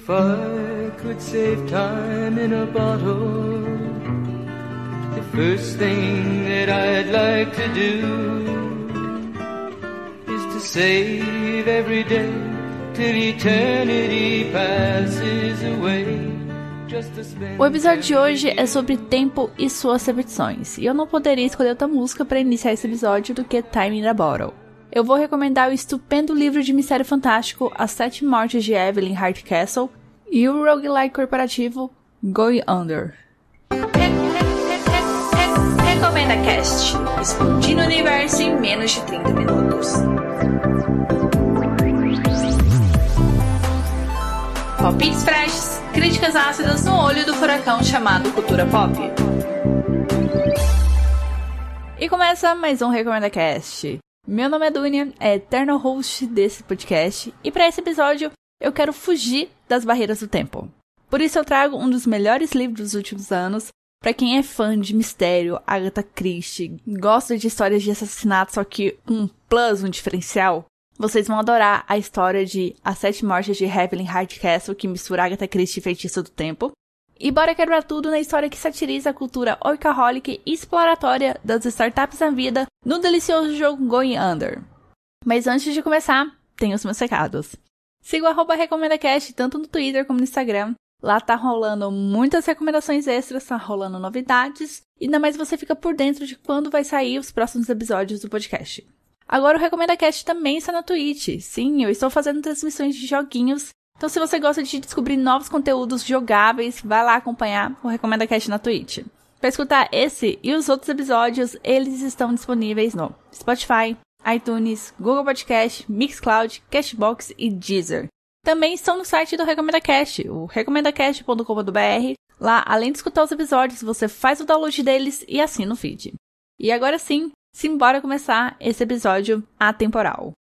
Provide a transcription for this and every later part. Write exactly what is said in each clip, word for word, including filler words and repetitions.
If I could save time in a bottle, the first thing that I'd like to do is to save every day till eternity passes away. O episódio de hoje é sobre tempo e suas repetições, e eu não poderia escolher outra música para iniciar esse episódio do que Time in a Bottle. Eu vou recomendar o estupendo livro de mistério fantástico As Sete Mortes de Evelyn Hardcastle e o roguelike corporativo Going Under. Recomenda Cast, explodindo o universo em menos de trinta minutos. Palpites freshes, críticas ácidas no olho do furacão chamado cultura pop. E começa mais um Recomenda Cast. Meu nome é Dunia, é eterno host desse podcast, e para esse episódio eu quero fugir das barreiras do tempo. Por isso eu trago um dos melhores livros dos últimos anos, para quem é fã de mistério, Agatha Christie, gosta de histórias de assassinato, só que um plus, um diferencial. Vocês vão adorar a história de As Sete Mortes de Evelyn Hardcastle, que mistura Agatha Christie e Feitiço do Tempo. E bora quebrar tudo na história que satiriza a cultura workaholic e exploratória das startups na vida no delicioso jogo Going Under. Mas antes de começar, tem os meus recados. Siga o arroba RecomendaCast tanto no Twitter como no Instagram. Lá tá rolando muitas recomendações extras, tá rolando novidades, e ainda mais você fica por dentro de quando vai sair os próximos episódios do podcast. Agora o RecomendaCast também está na Twitch. Sim, eu estou fazendo transmissões de joguinhos. Então se você gosta de descobrir novos conteúdos jogáveis, vai lá acompanhar o RecomendaCast na Twitch. Para escutar esse e os outros episódios, eles estão disponíveis no Spotify, iTunes, Google Podcast, Mixcloud, Cashbox e Deezer. Também estão no site do RecomendaCast, o recomendacast ponto com ponto b r. Lá, além de escutar os episódios, você faz o download deles e assina o feed. E agora sim, simbora começar esse episódio atemporal.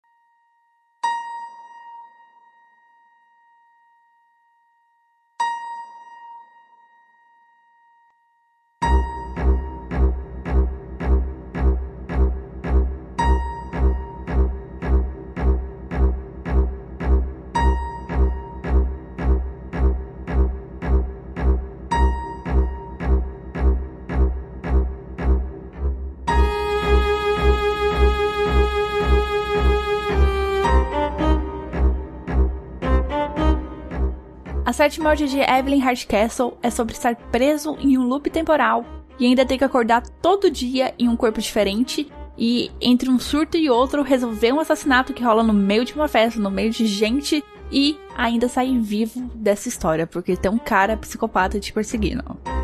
As Sete Mortes de Evelyn Hardcastle é sobre estar preso em um loop temporal e ainda ter que acordar todo dia em um corpo diferente e, entre um surto e outro, resolver um assassinato que rola no meio de uma festa, no meio de gente, e ainda sair vivo dessa história, porque tem um cara psicopata te perseguindo.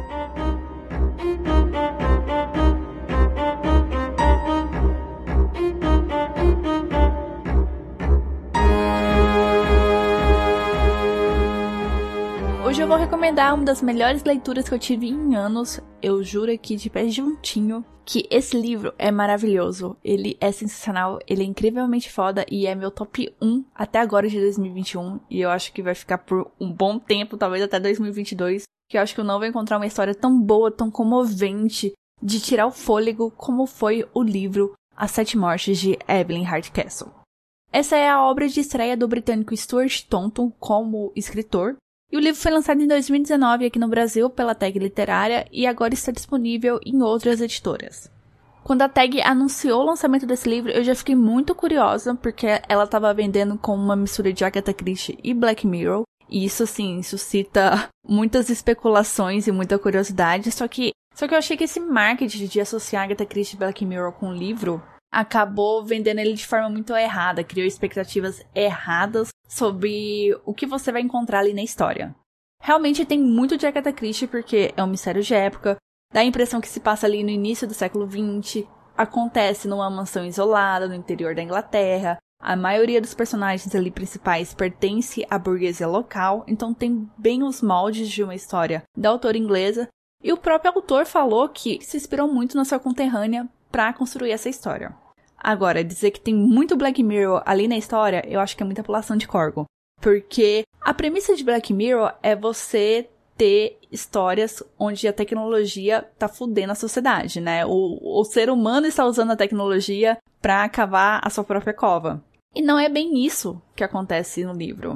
Hoje eu vou recomendar uma das melhores leituras que eu tive em anos, eu juro aqui de pé juntinho, que esse livro é maravilhoso, ele é sensacional, ele é incrivelmente foda e é meu top um até agora de dois mil e vinte e um, e eu acho que vai ficar por um bom tempo, talvez até dois mil e vinte e dois, que eu acho que eu não vou encontrar uma história tão boa, tão comovente, de tirar o fôlego como foi o livro As Sete Mortes de Evelyn Hardcastle. Essa é a obra de estreia do britânico Stuart Taunton como escritor, e o livro foi lançado em dois mil e dezenove aqui no Brasil pela Tag Literária e agora está disponível em outras editoras. Quando a Tag anunciou o lançamento desse livro, eu já fiquei muito curiosa, porque ela estava vendendo com uma mistura de Agatha Christie e Black Mirror, e isso, assim, suscita muitas especulações e muita curiosidade, só que, só que eu achei que esse marketing de associar Agatha Christie e Black Mirror com o livro acabou vendendo ele de forma muito errada, criou expectativas erradas sobre o que você vai encontrar ali na história. Realmente tem muito de Agatha Christie porque é um mistério de época, dá a impressão que se passa ali no início do século vinte, acontece numa mansão isolada no interior da Inglaterra, a maioria dos personagens ali principais pertence à burguesia local, então tem bem os moldes de uma história da autora inglesa, e o próprio autor falou que se inspirou muito na sua conterrânea para construir essa história. Agora, dizer que tem muito Black Mirror ali na história, eu acho que é muita pulação de corgo. Porque a premissa de Black Mirror é você ter histórias onde a tecnologia tá fudendo a sociedade, né? O, o ser humano está usando a tecnologia para cavar a sua própria cova. E não é bem isso que acontece no livro.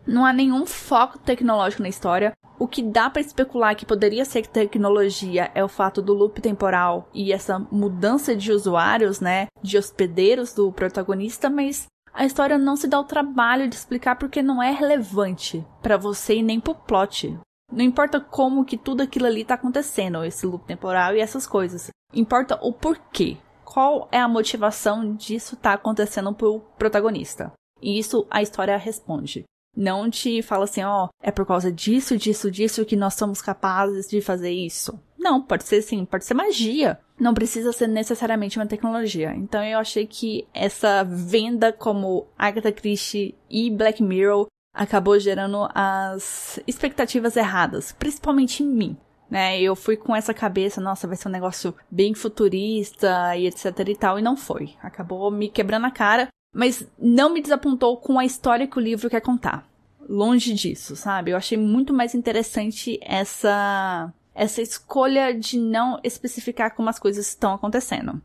Não há nenhum foco tecnológico na história. O que dá pra especular que poderia ser tecnologia é o fato do loop temporal e essa mudança de usuários, né, de hospedeiros do protagonista, mas a história não se dá o trabalho de explicar porque não é relevante pra você e nem pro plot. Não importa como que tudo aquilo ali tá acontecendo, esse loop temporal e essas coisas. Importa o porquê. Qual é a motivação disso tá acontecendo pro protagonista. E isso a história responde. Não te fala assim, ó, oh, é por causa disso, disso, disso que nós somos capazes de fazer isso. Não, pode ser sim, pode ser magia. Não precisa ser necessariamente uma tecnologia. Então eu achei que essa venda como Agatha Christie e Black Mirror acabou gerando as expectativas erradas, principalmente em mim. Né? Eu fui com essa cabeça, nossa, vai ser um negócio bem futurista e etc e tal, e não foi. Acabou me quebrando a cara. Mas não me desapontou com a história que o livro quer contar. Longe disso, sabe? Eu achei muito mais interessante essa, essa escolha de não especificar como as coisas estão acontecendo.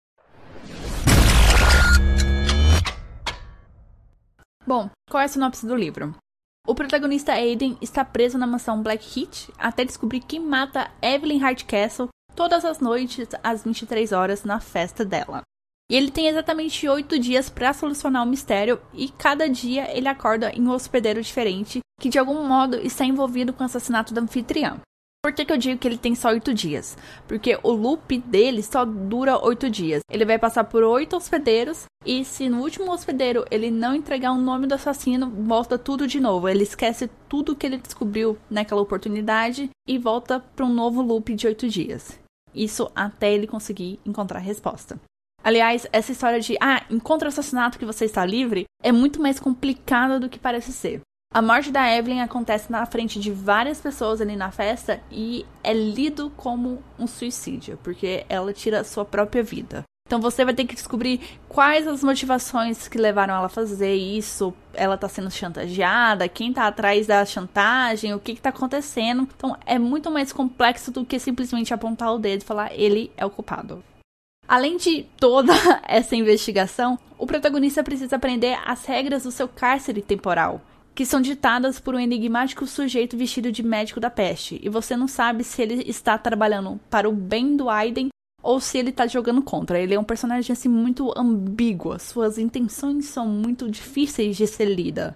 Bom, qual é a sinopse do livro? O protagonista Aiden está preso na mansão Blackheath até descobrir quem mata Evelyn Hardcastle todas as noites às vinte e três horas na festa dela. E ele tem exatamente oito dias para solucionar o mistério e cada dia ele acorda em um hospedeiro diferente que de algum modo está envolvido com o assassinato da anfitriã. Por que que eu digo que ele tem só oito dias? Porque o loop dele só dura oito dias. Ele vai passar por oito hospedeiros e se no último hospedeiro ele não entregar o nome do assassino, volta tudo de novo. Ele esquece tudo que ele descobriu naquela oportunidade e volta para um novo loop de oito dias. Isso até ele conseguir encontrar a resposta. Aliás, essa história de, ah, encontra o assassinato que você está livre, é muito mais complicada do que parece ser. A morte da Evelyn acontece na frente de várias pessoas ali na festa e é lido como um suicídio, porque ela tira a sua própria vida. Então você vai ter que descobrir quais as motivações que levaram ela a fazer isso, ela tá sendo chantageada, quem tá atrás da chantagem, o que que tá acontecendo. Então é muito mais complexo do que simplesmente apontar o dedo e falar, ele é o culpado. Além de toda essa investigação, o protagonista precisa aprender as regras do seu cárcere temporal, que são ditadas por um enigmático sujeito vestido de médico da peste, e você não sabe se ele está trabalhando para o bem do Aiden ou se ele está jogando contra. Ele é um personagem assim muito ambíguo, suas intenções são muito difíceis de ser lida.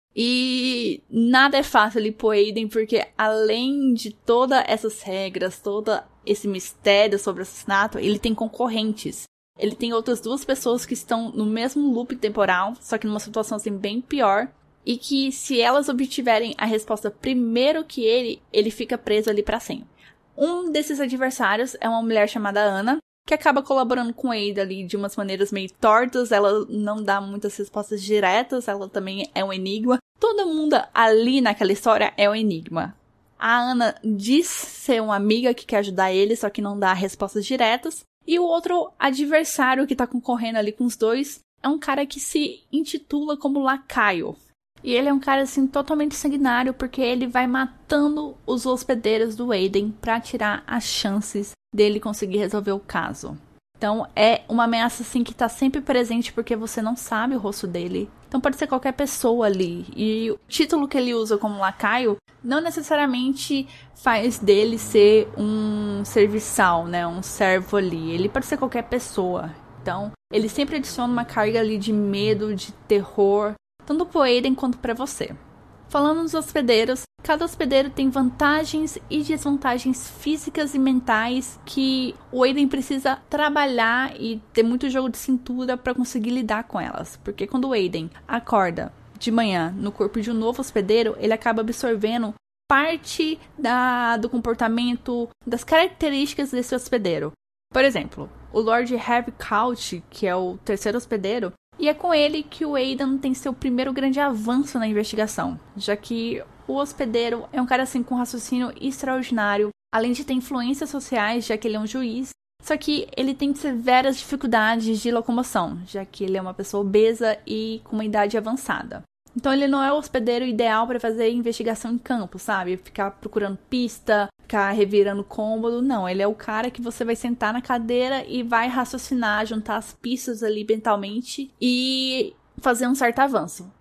E nada é fácil ali pro Aiden, porque além de todas essas regras, todo esse mistério sobre o assassinato, ele tem concorrentes. Ele tem outras duas pessoas que estão no mesmo loop temporal, só que numa situação assim bem pior. E que se elas obtiverem a resposta primeiro que ele, ele fica preso ali pra sempre. Um desses adversários é uma mulher chamada Ana, que acaba colaborando com ele ali de umas maneiras meio tortas. Ela não dá muitas respostas diretas, ela também é um enigma. Todo mundo ali naquela história é um enigma. A Ana diz ser uma amiga que quer ajudar ele, só que não dá respostas diretas. E o outro adversário que tá concorrendo ali com os dois é um cara que se intitula como Lacaio. E ele é um cara, assim, totalmente sanguinário, porque ele vai matando os hospedeiros do Aiden pra tirar as chances dele conseguir resolver o caso. Então, é uma ameaça, assim, que tá sempre presente, porque você não sabe o rosto dele. Então, pode ser qualquer pessoa ali. E o título que ele usa como lacaio não necessariamente faz dele ser um serviçal, né? Um servo ali. Ele pode ser qualquer pessoa. Então, ele sempre adiciona uma carga ali de medo, de terror, tanto pro Aiden quanto para você. Falando nos hospedeiros, cada hospedeiro tem vantagens e desvantagens físicas e mentais que o Aiden precisa trabalhar e ter muito jogo de cintura para conseguir lidar com elas. Porque quando o Aiden acorda de manhã no corpo de um novo hospedeiro, ele acaba absorvendo parte da, do comportamento, das características desse hospedeiro. Por exemplo, o Lord Harvey Couch, que é o terceiro hospedeiro, e é com ele que o Aiden tem seu primeiro grande avanço na investigação, já que o hospedeiro é um cara assim com raciocínio extraordinário, além de ter influências sociais, já que ele é um juiz, só que ele tem severas dificuldades de locomoção, já que ele é uma pessoa obesa e com uma idade avançada. Então ele não é o hospedeiro ideal para fazer investigação em campo, sabe? Ficar procurando pista, ficar revirando cômodo. Não, ele é o cara que você vai sentar na cadeira e vai raciocinar, juntar as pistas ali mentalmente e fazer um certo avanço.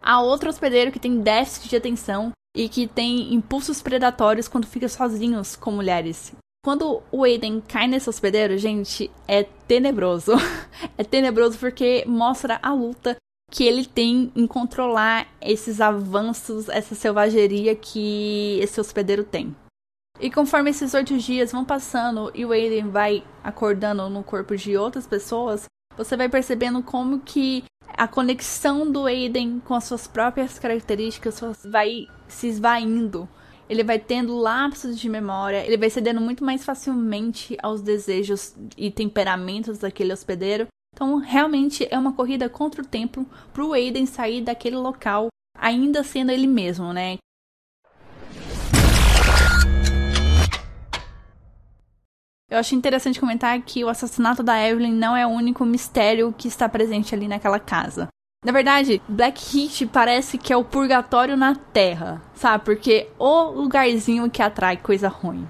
Há outro hospedeiro que tem déficit de atenção e que tem impulsos predatórios quando fica sozinhos com mulheres. Quando o Aiden cai nesse hospedeiro, gente, é tenebroso. É tenebroso porque mostra a luta que ele tem em controlar esses avanços, essa selvageria que esse hospedeiro tem. E conforme esses oito dias vão passando e o Aiden vai acordando no corpo de outras pessoas, você vai percebendo como que a conexão do Aiden com as suas próprias características vai se esvaindo. Ele vai tendo lapsos de memória, ele vai cedendo muito mais facilmente aos desejos e temperamentos daquele hospedeiro. Então, realmente é uma corrida contra o tempo pro Aiden sair daquele local, ainda sendo ele mesmo, né? Eu acho interessante comentar que o assassinato da Evelyn não é o único mistério que está presente ali naquela casa. Na verdade, Blackheath parece que é o purgatório na Terra, sabe? Porque o lugarzinho que atrai coisa ruim.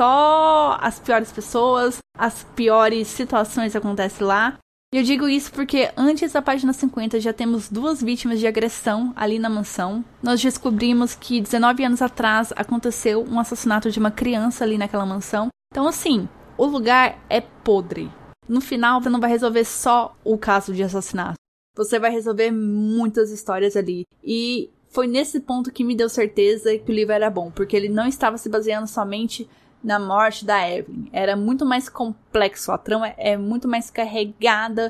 Só as piores pessoas, as piores situações acontecem lá. E eu digo isso porque antes da página cinquenta já temos duas vítimas de agressão ali na mansão. Nós descobrimos que dezenove anos atrás aconteceu um assassinato de uma criança ali naquela mansão. Então, assim, o lugar é podre. No final, você não vai resolver só o caso de assassinato. Você vai resolver muitas histórias ali. E foi nesse ponto que me deu certeza que o livro era bom. Porque ele não estava se baseando somente na morte da Evelyn. Era muito mais complexo. A trama é muito mais carregada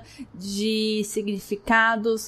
de significados,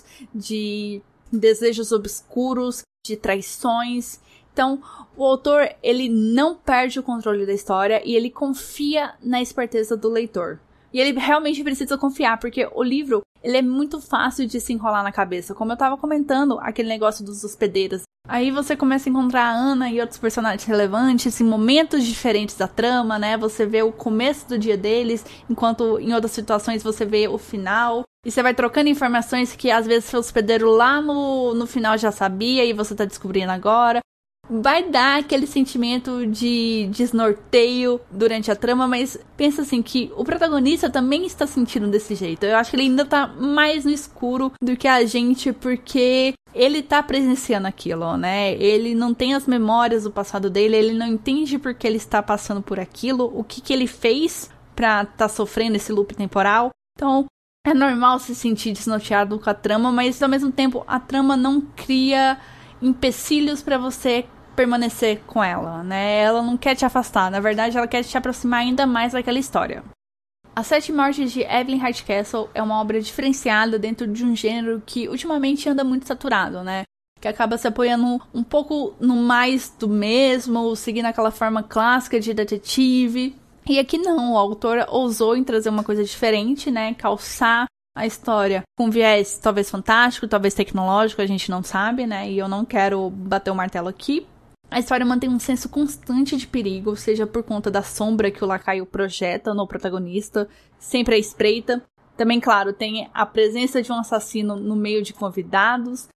de desejos obscuros, de traições. Então, o autor, ele não perde o controle da história e ele confia na esperteza do leitor. E ele realmente precisa confiar, porque o livro, ele é muito fácil de se enrolar na cabeça. Como eu tava comentando, aquele negócio dos hospedeiros. Aí você começa a encontrar a Ana e outros personagens relevantes em momentos diferentes da trama, né? Você vê o começo do dia deles, enquanto em outras situações você vê o final. E você vai trocando informações que às vezes o hospedeiro lá no, no final já sabia e você tá descobrindo agora. Vai dar aquele sentimento de desnorteio durante a trama, mas pensa assim que o protagonista também está sentindo desse jeito. Eu acho que ele ainda tá mais no escuro do que a gente, porque ele tá presenciando aquilo, né? Ele não tem as memórias do passado dele, ele não entende porque ele está passando por aquilo, o que que ele fez pra tá sofrendo esse loop temporal. Então, é normal se sentir desnorteado com a trama, mas ao mesmo tempo a trama não cria empecilhos pra você permanecer com ela, né? Ela não quer te afastar, na verdade ela quer te aproximar ainda mais daquela história. As Sete Mortes de Evelyn Hardcastle é uma obra diferenciada dentro de um gênero que ultimamente anda muito saturado, né? Que acaba se apoiando um pouco no mais do mesmo, seguindo aquela forma clássica de detetive. E aqui não, o autor ousou em trazer uma coisa diferente, né? Calçar a história com viés talvez fantástico, talvez tecnológico, a gente não sabe, né? E eu não quero bater o martelo aqui. A história mantém um senso constante de perigo, seja por conta da sombra que o lacaio projeta no protagonista, sempre à espreita. Também, claro, tem a presença de um assassino no meio de convidados,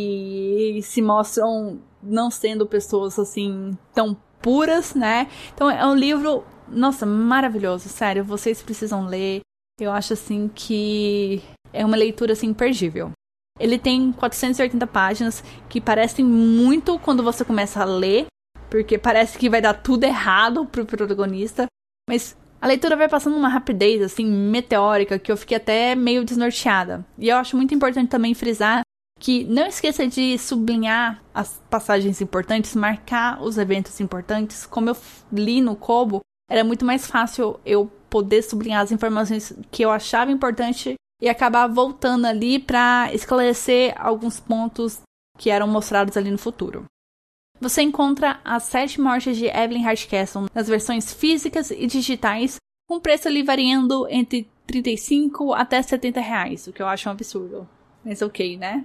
que se mostram não sendo pessoas, assim, tão puras, né? Então, é um livro, nossa, maravilhoso, sério, vocês precisam ler. Eu acho, assim, que é uma leitura, assim, imperdível. Ele tem quatrocentas e oitenta páginas, que parecem muito quando você começa a ler, porque parece que vai dar tudo errado pro protagonista, mas a leitura vai passando uma rapidez, assim, meteórica, que eu fiquei até meio desnorteada. E eu acho muito importante também frisar que não esqueça de sublinhar as passagens importantes, marcar os eventos importantes. Como eu li no Kobo, era muito mais fácil eu poder sublinhar as informações que eu achava importante e acabar voltando ali para esclarecer alguns pontos que eram mostrados ali no futuro. Você encontra as Sete Mortes de Evelyn Hardcastle nas versões físicas e digitais, com preço ali variando entre trinta e cinco até setenta reais, o que eu acho um absurdo. Mas ok, né?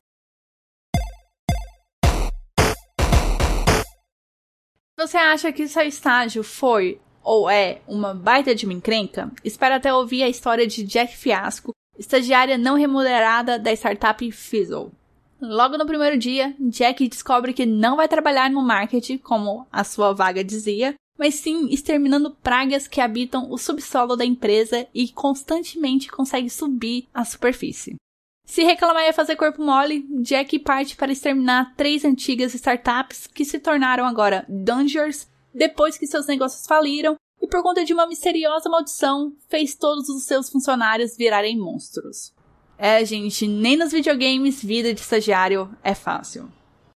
Você acha que seu estágio foi ou é uma baita de uma encrenca? Espera até ouvir a história de Jack Fiasco, estagiária não remunerada da startup Fizzle. Logo no primeiro dia, Jack descobre que não vai trabalhar no marketing, como a sua vaga dizia, mas sim exterminando pragas que habitam o subsolo da empresa e constantemente consegue subir à superfície. Se reclamar ia fazer corpo mole, Jack parte para exterminar três antigas startups que se tornaram agora Dangers depois que seus negócios faliram e por conta de uma misteriosa maldição fez todos os seus funcionários virarem monstros. É, gente, nem nos videogames vida de estagiário é fácil.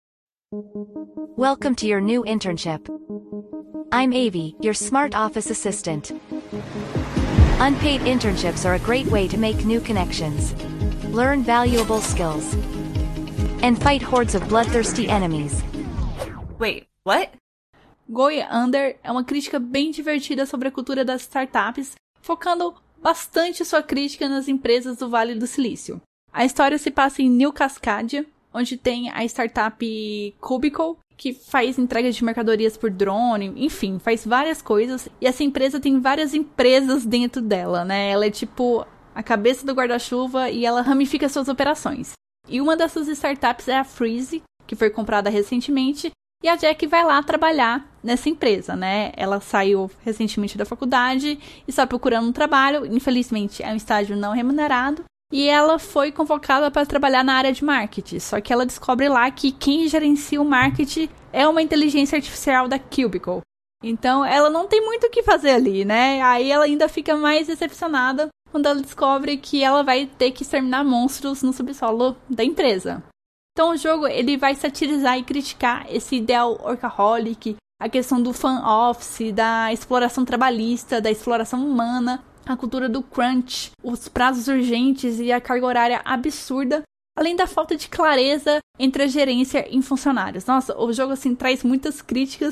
Welcome to your new internship. I'm Avi, your smart office assistant. Unpaid internships are a great way to make new connections, learn valuable skills, and fight hordes of bloodthirsty enemies. Wait, what? Going Under é uma crítica bem divertida sobre a cultura das startups, focando bastante sua crítica nas empresas do Vale do Silício. A história se passa em New Cascadia, onde tem a startup Cubicle, que faz entrega de mercadorias por drone, enfim, faz várias coisas. E essa empresa tem várias empresas dentro dela, né? Ela é tipo a cabeça do guarda-chuva e ela ramifica suas operações. E uma dessas startups é a Freeze, que foi comprada recentemente, e a Jack vai lá trabalhar nessa empresa, né? Ela saiu recentemente da faculdade e está procurando um trabalho, infelizmente é um estágio não remunerado, e ela foi convocada para trabalhar na área de marketing, só que ela descobre lá que quem gerencia o marketing é uma inteligência artificial da Cubicle. Então ela não tem muito o que fazer ali, né? Aí ela ainda fica mais decepcionada quando ela descobre que ela vai ter que exterminar monstros no subsolo da empresa. Então o jogo ele vai satirizar e criticar esse ideal workaholic, a questão do fan office, da exploração trabalhista, da exploração humana, a cultura do crunch, os prazos urgentes e a carga horária absurda, além da falta de clareza entre a gerência e funcionários. Nossa, o jogo assim traz muitas críticas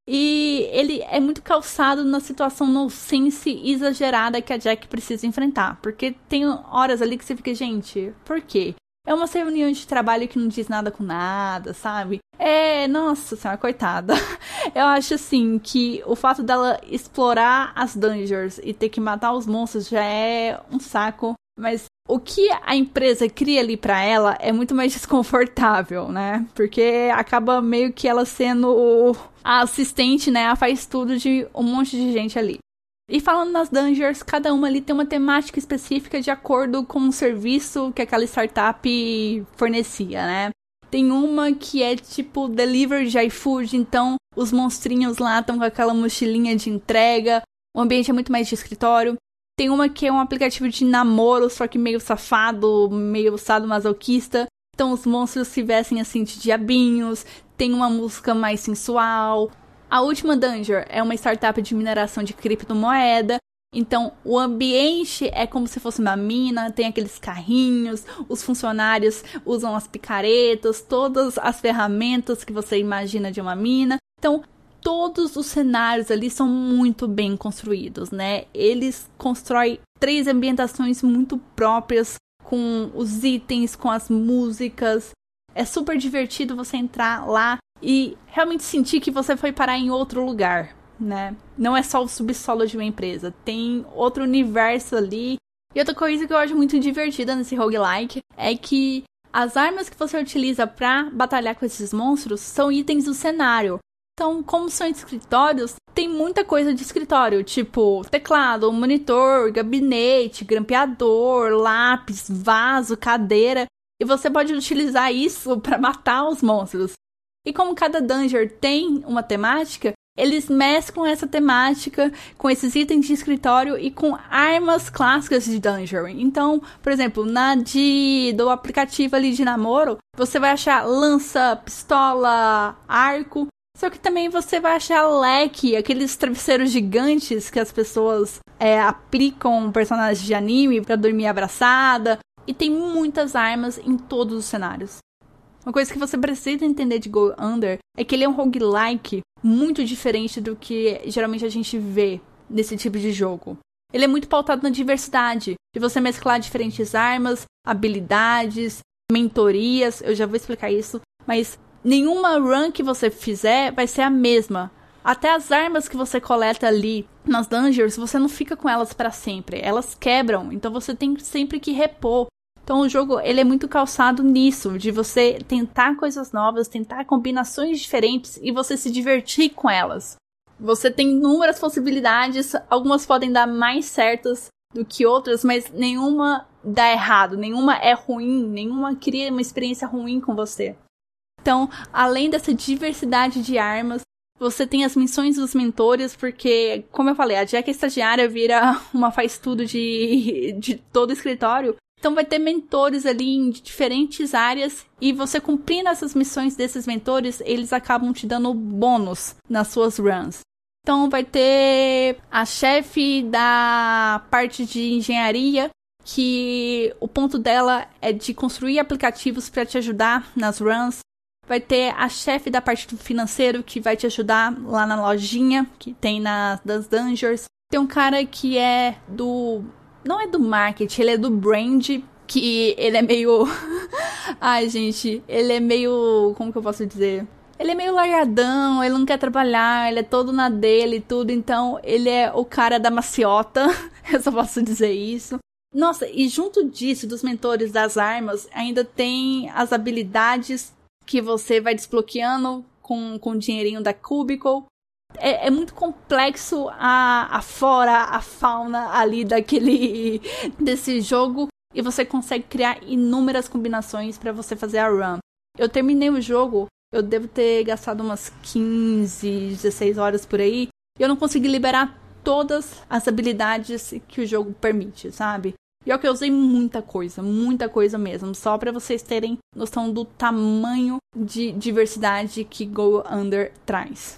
e ele é muito calçado na situação nonsense exagerada que a Jack precisa enfrentar, porque tem horas ali que você fica, gente, por quê? É uma reunião de trabalho que não diz nada com nada, sabe? É, nossa senhora, coitada. Eu acho assim que o fato dela explorar as dungeons e ter que matar os monstros já é um saco. Mas o que a empresa cria ali pra ela é muito mais desconfortável, né? Porque acaba meio que ela sendo a assistente, né? A faz tudo de um monte de gente ali. E falando nas dungeons, cada uma ali tem uma temática específica de acordo com o serviço que aquela startup fornecia, né? Tem uma que é tipo delivery de iFood, então os monstrinhos lá estão com aquela mochilinha de entrega, o ambiente é muito mais de escritório. Tem uma que é um aplicativo de namoro, só que meio safado, meio sadomasoquista. Então os monstros se vestem assim de diabinhos, tem uma música mais sensual. A última dungeon é uma startup de mineração de criptomoeda, então o ambiente é como se fosse uma mina, tem aqueles carrinhos, os funcionários usam as picaretas, todas as ferramentas que você imagina de uma mina. Então todos os cenários ali são muito bem construídos, né? Eles constroem três ambientações muito próprias, com os itens, com as músicas. É super divertido você entrar lá e realmente sentir que você foi parar em outro lugar, né? Não é só o subsolo de uma empresa, tem outro universo ali. E outra coisa que eu acho muito divertida nesse roguelike é que as armas que você utiliza pra batalhar com esses monstros são itens do cenário. Então, como são escritórios, tem muita coisa de escritório, tipo teclado, monitor, gabinete, grampeador, lápis, vaso, cadeira. E você pode utilizar isso para matar os monstros. E como cada dungeon tem uma temática, eles mesclam essa temática com esses itens de escritório e com armas clássicas de dungeon. Então, por exemplo, na de, do aplicativo ali de namoro, você vai achar lança, pistola, arco. Só que também você vai achar leque, aqueles travesseiros gigantes que as pessoas é, aplicam personagens de anime para dormir abraçada. E tem muitas armas em todos os cenários. Uma coisa que você precisa entender de Go Under é que ele é um roguelike muito diferente do que geralmente a gente vê nesse tipo de jogo. Ele é muito pautado na diversidade, de você mesclar diferentes armas, habilidades, mentorias, eu já vou explicar isso, mas nenhuma run que você fizer vai ser a mesma. Até as armas que você coleta ali nas dungeons, você não fica com elas para sempre, elas quebram, então você tem sempre que repor. Então o jogo ele é muito calçado nisso, de você tentar coisas novas, tentar combinações diferentes e você se divertir com elas. Você tem inúmeras possibilidades, algumas podem dar mais certas do que outras, mas nenhuma dá errado, nenhuma é ruim, nenhuma cria uma experiência ruim com você. Então, além dessa diversidade de armas, você tem as missões dos mentores, porque, como eu falei, a Jack estagiária vira uma faz-tudo de, de todo o escritório. Então vai ter mentores ali em diferentes áreas e você cumprindo essas missões desses mentores, eles acabam te dando bônus nas suas runs. Então vai ter a chefe da parte de engenharia, que o ponto dela é de construir aplicativos para te ajudar nas runs. Vai ter a chefe da parte do financeiro, que vai te ajudar lá na lojinha que tem na, das dungeons. Tem um cara que é do... Não é do marketing, ele é do brand, que ele é meio... Ai, gente, ele é meio... Como que eu posso dizer? Ele é meio largadão, ele não quer trabalhar, ele é todo na dele e tudo, então ele é o cara da maciota, eu só posso dizer isso. Nossa, e junto disso, dos mentores das armas, ainda tem as habilidades que você vai desbloqueando com, com o dinheirinho da Cubicle. É, é muito complexo a, a flora, a fauna ali daquele, desse jogo. E você consegue criar inúmeras combinações para você fazer a run. Eu terminei o jogo, eu devo ter gastado umas quinze, dezesseis horas por aí. E eu não consegui liberar todas as habilidades que o jogo permite, sabe? E é que eu usei muita coisa, muita coisa mesmo. Só para vocês terem noção do tamanho de diversidade que Go Under traz.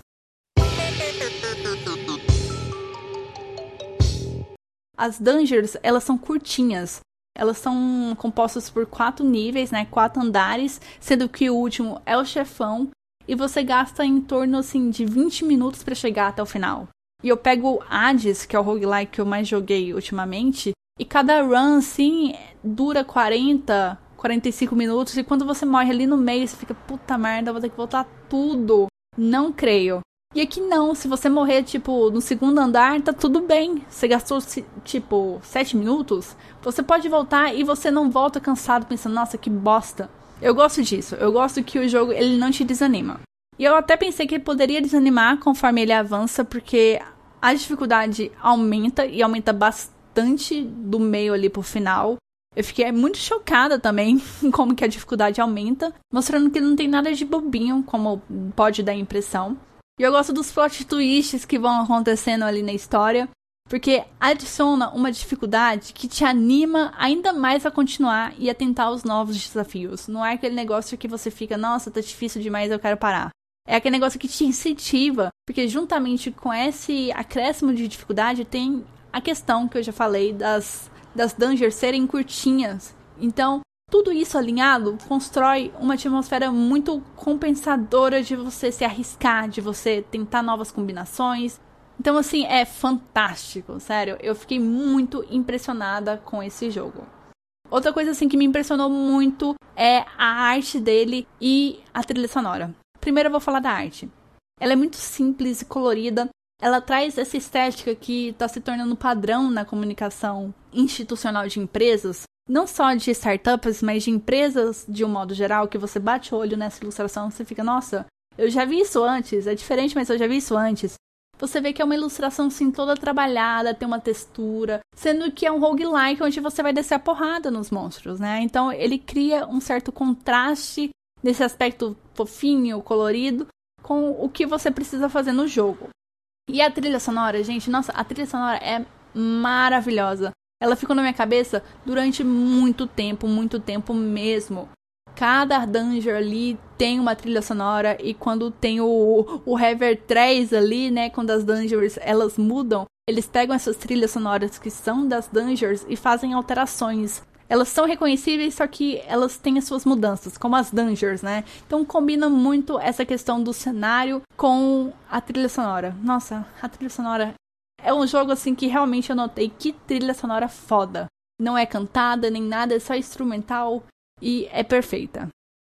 As dungeons, elas são curtinhas. Elas são compostas por quatro níveis, né? Quatro andares, sendo que o último é o chefão. E você gasta em torno, assim, de vinte minutos para chegar até o final. E eu pego Hades, que é o roguelike que eu mais joguei ultimamente. E cada run, assim, dura quarenta, quarenta e cinco minutos. E quando você morre ali no meio, você fica, puta merda, vou ter que voltar tudo. Não creio. E aqui não, se você morrer, tipo, no segundo andar, tá tudo bem. Você gastou, tipo, sete minutos, você pode voltar e você não volta cansado pensando, nossa, que bosta. Eu gosto disso, eu gosto que o jogo, ele não te desanima. E eu até pensei que ele poderia desanimar conforme ele avança, porque a dificuldade aumenta e aumenta bastante do meio ali pro final. Eu fiquei muito chocada também em como que a dificuldade aumenta, mostrando que não tem nada de bobinho, como pode dar a impressão. E eu gosto dos plot twists que vão acontecendo ali na história, porque adiciona uma dificuldade que te anima ainda mais a continuar e a tentar os novos desafios. Não é aquele negócio que você fica, nossa, tá difícil demais, eu quero parar. É aquele negócio que te incentiva, porque juntamente com esse acréscimo de dificuldade tem a questão que eu já falei das, das dungeons serem curtinhas. Então, tudo isso alinhado constrói uma atmosfera muito compensadora de você se arriscar, de você tentar novas combinações. Então, assim, é fantástico, sério. Eu fiquei muito impressionada com esse jogo. Outra coisa, assim, que me impressionou muito é a arte dele e a trilha sonora. Primeiro eu vou falar da arte. Ela é muito simples e colorida. Ela traz essa estética que está se tornando padrão na comunicação institucional de empresas. Não só de startups, mas de empresas de um modo geral, que você bate o olho nessa ilustração e você fica, nossa, eu já vi isso antes, é diferente, mas eu já vi isso antes. Você vê que é uma ilustração assim toda trabalhada, tem uma textura, sendo que é um roguelike onde você vai descer a porrada nos monstros, né? Então ele cria um certo contraste nesse aspecto fofinho, colorido, com o que você precisa fazer no jogo. E a trilha sonora, gente, nossa, a trilha sonora é maravilhosa. Ela ficou na minha cabeça durante muito tempo, muito tempo mesmo. Cada dungeon ali tem uma trilha sonora e quando tem o, o Rever três ali, né, quando as dungeons elas mudam, eles pegam essas trilhas sonoras que são das dungeons e fazem alterações. Elas são reconhecíveis, só que elas têm as suas mudanças, como as dungeons, né? Então combina muito essa questão do cenário com a trilha sonora. Nossa, a trilha sonora... É um jogo, assim, que realmente eu notei que trilha sonora foda. Não é cantada nem nada, é só instrumental e é perfeita.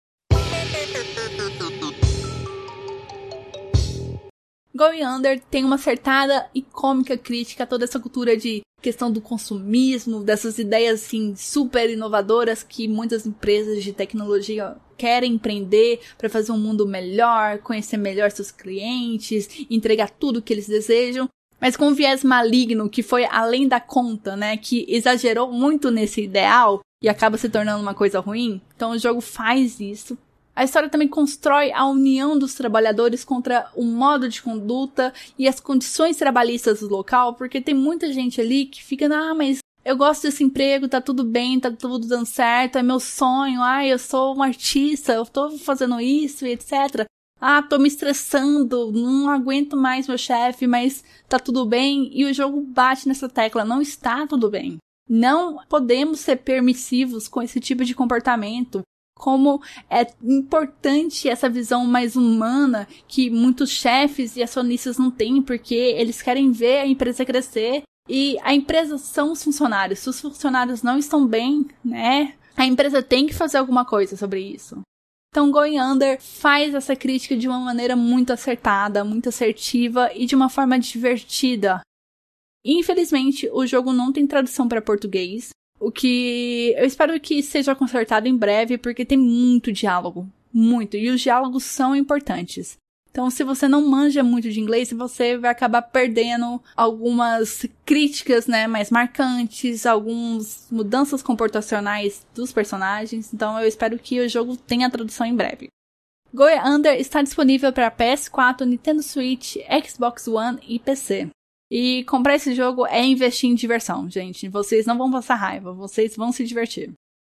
Going Under tem uma acertada e cômica crítica a toda essa cultura de questão do consumismo, dessas ideias, assim, super inovadoras que muitas empresas de tecnologia querem empreender para fazer um mundo melhor, conhecer melhor seus clientes, entregar tudo o que eles desejam. mas com um viés maligno que foi além da conta, né? Que exagerou muito nesse ideal e acaba se tornando uma coisa ruim. Então o jogo faz isso. A história também constrói a união dos trabalhadores contra o modo de conduta e as condições trabalhistas do local, porque tem muita gente ali que fica, ah, mas eu gosto desse emprego, tá tudo bem, tá tudo dando certo, é meu sonho, ah, eu sou um artista, eu tô fazendo isso e etcétera. Ah, tô me estressando, não aguento mais meu chefe, mas tá tudo bem. E o jogo bate nessa tecla, não está tudo bem. Não podemos ser permissivos com esse tipo de comportamento. Como é importante essa visão mais humana que muitos chefes e acionistas não têm, porque eles querem ver a empresa crescer. E a empresa são os funcionários. Se os funcionários não estão bem, né, a empresa tem que fazer alguma coisa sobre isso. Então, Going Under faz essa crítica de uma maneira muito acertada, muito assertiva e de uma forma divertida. Infelizmente, o jogo não tem tradução para português, o que eu espero que seja consertado em breve, porque tem muito diálogo, muito, e os diálogos são importantes. Então, se você não manja muito de inglês, você vai acabar perdendo algumas críticas, né, mais marcantes, algumas mudanças comportacionais dos personagens. Então, eu espero que o jogo tenha tradução em breve. Going Under está disponível para P S quatro, Nintendo Switch, Xbox One e P C. E comprar esse jogo é investir em diversão, gente. Vocês não vão passar raiva, vocês vão se divertir.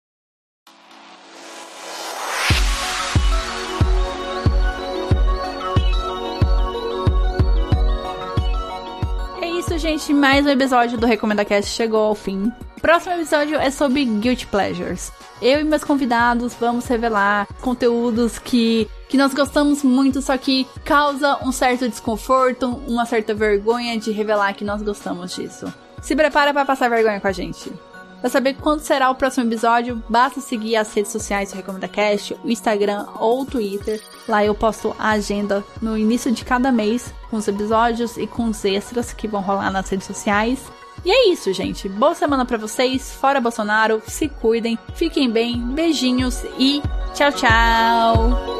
Gente, mais um episódio do RecomendaCast chegou ao fim. O próximo episódio é sobre Guilty Pleasures. Eu e meus convidados vamos revelar conteúdos que, que nós gostamos muito, só que causa um certo desconforto, uma certa vergonha de revelar que nós gostamos disso. Se prepara para passar vergonha com a gente. Para saber quando será o próximo episódio, basta seguir as redes sociais do RecomendaCast, o Instagram ou o Twitter. Lá eu posto a agenda no início de cada mês, com os episódios e com os extras que vão rolar nas redes sociais. E é isso, gente. Boa semana pra vocês. Fora Bolsonaro, se cuidem, fiquem bem, beijinhos e tchau, tchau!